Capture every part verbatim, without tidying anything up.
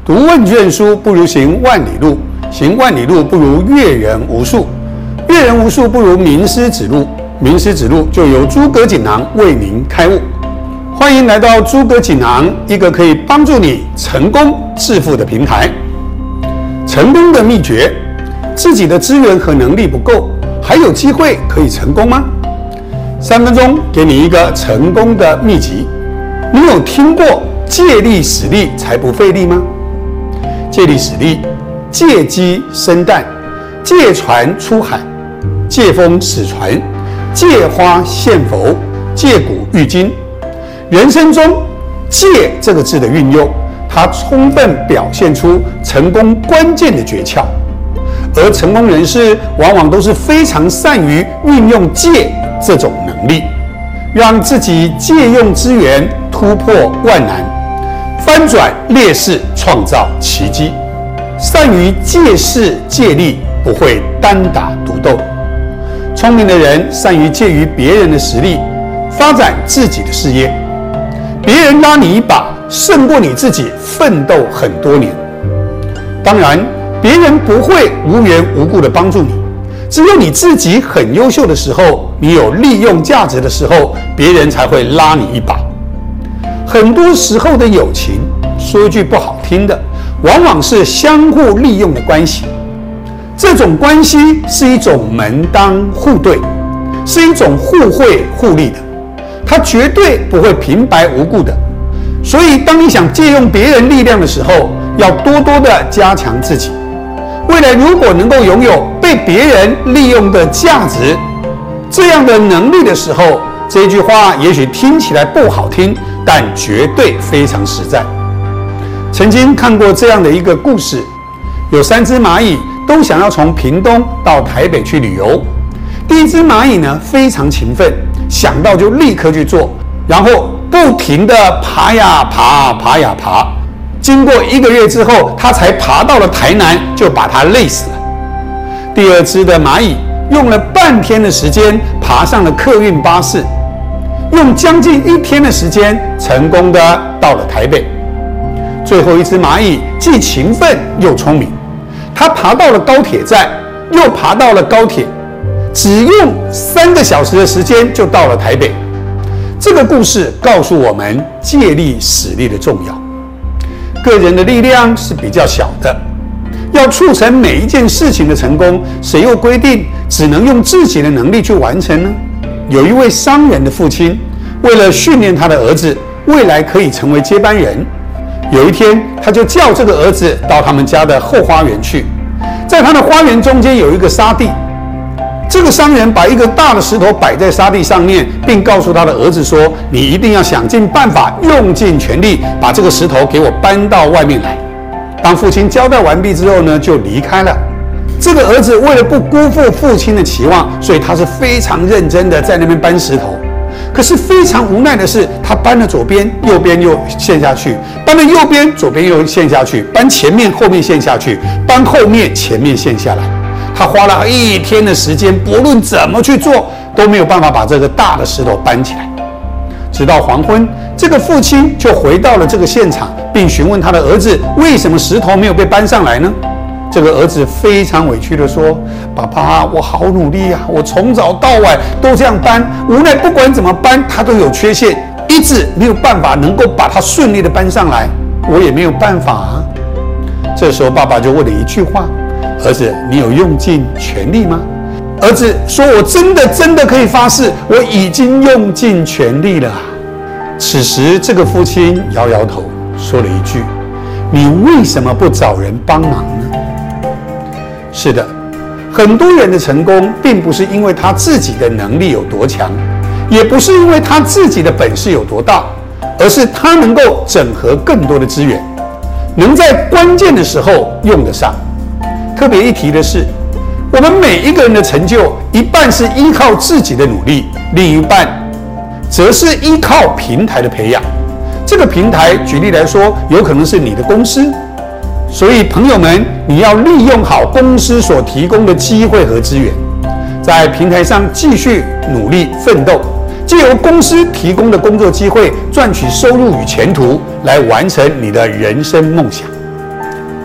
读问卷书不如行万里路，行万里路不如阅人无数，阅人无数不如名师指路，名师指路就由诸葛锦囊为您开悟。欢迎来到诸葛锦囊，一个可以帮助你成功致富的平台。成功的秘诀，自己的资源和能力不够，还有机会可以成功吗？三分钟给你一个成功的秘籍。你有听过借力使力才不费力吗？借力使力，借机生蛋，借船出海，借风使船，借花献佛，借古喻今。人生中借这个字的运用，它充分表现出成功关键的诀窍。而成功人士往往都是非常善于运用借这种能力，让自己借用资源突破万难，翻转劣势，创造奇迹。善于借势借力，不会单打独斗。聪明的人善于借于别人的实力，发展自己的事业。别人拉你一把，胜过你自己奋斗很多年。当然，别人不会无缘无故的帮助你，只有你自己很优秀的时候，你有利用价值的时候，别人才会拉你一把。很多时候的友情，说一句不好听的，往往是相互利用的关系。这种关系是一种门当户对，是一种互惠互利的，它绝对不会平白无故的。所以当你想借用别人力量的时候，要多多的加强自己。未来如果能够拥有被别人利用的价值这样的能力的时候，这句话也许听起来不好听，但绝对非常实在。曾经看过这样的一个故事，有三只蚂蚁都想要从屏东到台北去旅游。第一只蚂蚁呢非常勤奋，想到就立刻去做，然后不停地爬呀爬，爬呀爬。经过一个月之后，它才爬到了台南，就把它累死了。第二只的蚂蚁用了半天的时间爬上了客运巴士，用将近一天的时间成功的到了台北。最后一只蚂蚁既勤奋又聪明，它爬到了高铁站，又爬到了高铁，只用三个小时的时间就到了台北。这个故事告诉我们借力使力的重要。个人的力量是比较小的，要促成每一件事情的成功，谁又规定只能用自己的能力去完成呢？有一位商人的父亲，为了训练他的儿子未来可以成为接班人，有一天他就叫这个儿子到他们家的后花园去。在他的花园中间有一个沙地，这个商人把一个大的石头摆在沙地上面，并告诉他的儿子说，你一定要想尽办法，用尽全力把这个石头给我搬到外面来。当父亲交代完毕之后呢，就离开了。这个儿子为了不辜负父亲的期望，所以他是非常认真的在那边搬石头。可是非常无奈的是，他搬了左边，右边又陷下去；搬了右边，左边又陷下去；搬前面，后面陷下去；搬后面，前面陷下来。他花了一天的时间，不论怎么去做，都没有办法把这个大的石头搬起来。直到黄昏，这个父亲就回到了这个现场，并询问他的儿子，为什么石头没有被搬上来呢？这个儿子非常委屈地说，爸爸，我好努力啊，我从早到晚都这样搬，无奈不管怎么搬，它都有缺陷，一直没有办法能够把它顺利的搬上来，我也没有办法啊。这时候爸爸就问了一句话，儿子，你有用尽全力吗？儿子说，我真的真的可以发誓，我已经用尽全力了。此时这个父亲摇摇头，说了一句，你为什么不找人帮忙呢？是的，很多人的成功并不是因为他自己的能力有多强，也不是因为他自己的本事有多大，而是他能够整合更多的资源，能在关键的时候用得上。特别一提的是，我们每一个人的成就，一半是依靠自己的努力，另一半则是依靠平台的培养。这个平台，举例来说，有可能是你的公司。所以朋友们，你要利用好公司所提供的机会和资源，在平台上继续努力奋斗，借由公司提供的工作机会赚取收入与前途，来完成你的人生梦想。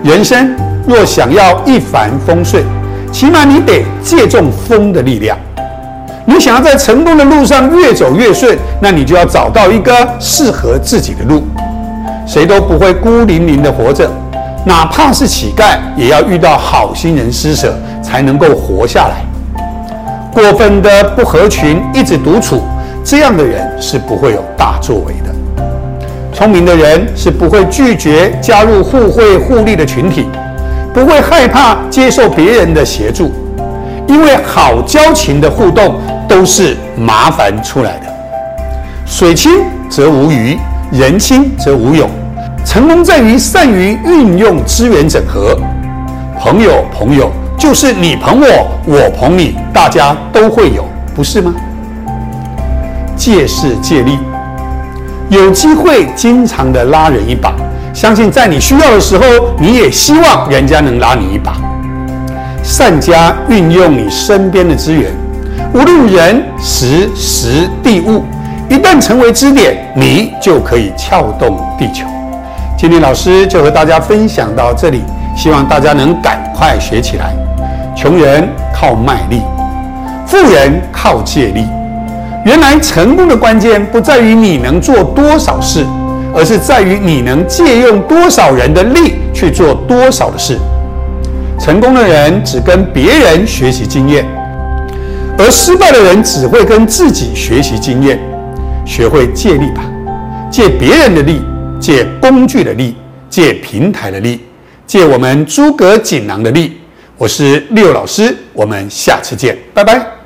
人生若想要一帆风顺，起码你得借重风的力量。你想要在成功的路上越走越顺，那你就要找到一个适合自己的路。谁都不会孤零零的活着，哪怕是乞丐，也要遇到好心人施舍，才能够活下来。过分的不合群，一直独处，这样的人是不会有大作为的。聪明的人是不会拒绝加入互惠互利的群体，不会害怕接受别人的协助，因为好交情的互动都是麻烦出来的。水清则无鱼，人清则无友。成功在于善于运用资源整合。朋友朋友就是你捧我，我捧你，大家都会有，不是吗？借势借力，有机会经常的拉人一把，相信在你需要的时候，你也希望人家能拉你一把。善加运用你身边的资源，无论人、时、时、地、物，一旦成为支点，你就可以撬动地球。今天老师就和大家分享到这里，希望大家能赶快学起来。穷人靠卖力，富人靠借力。原来成功的关键不在于你能做多少事，而是在于你能借用多少人的力去做多少的事。成功的人只跟别人学习经验，而失败的人只会跟自己学习经验。学会借力吧，借别人的力，借工具的力，借平台的力，借我们诸葛锦囊的力。我是六老师，我们下次见，拜拜。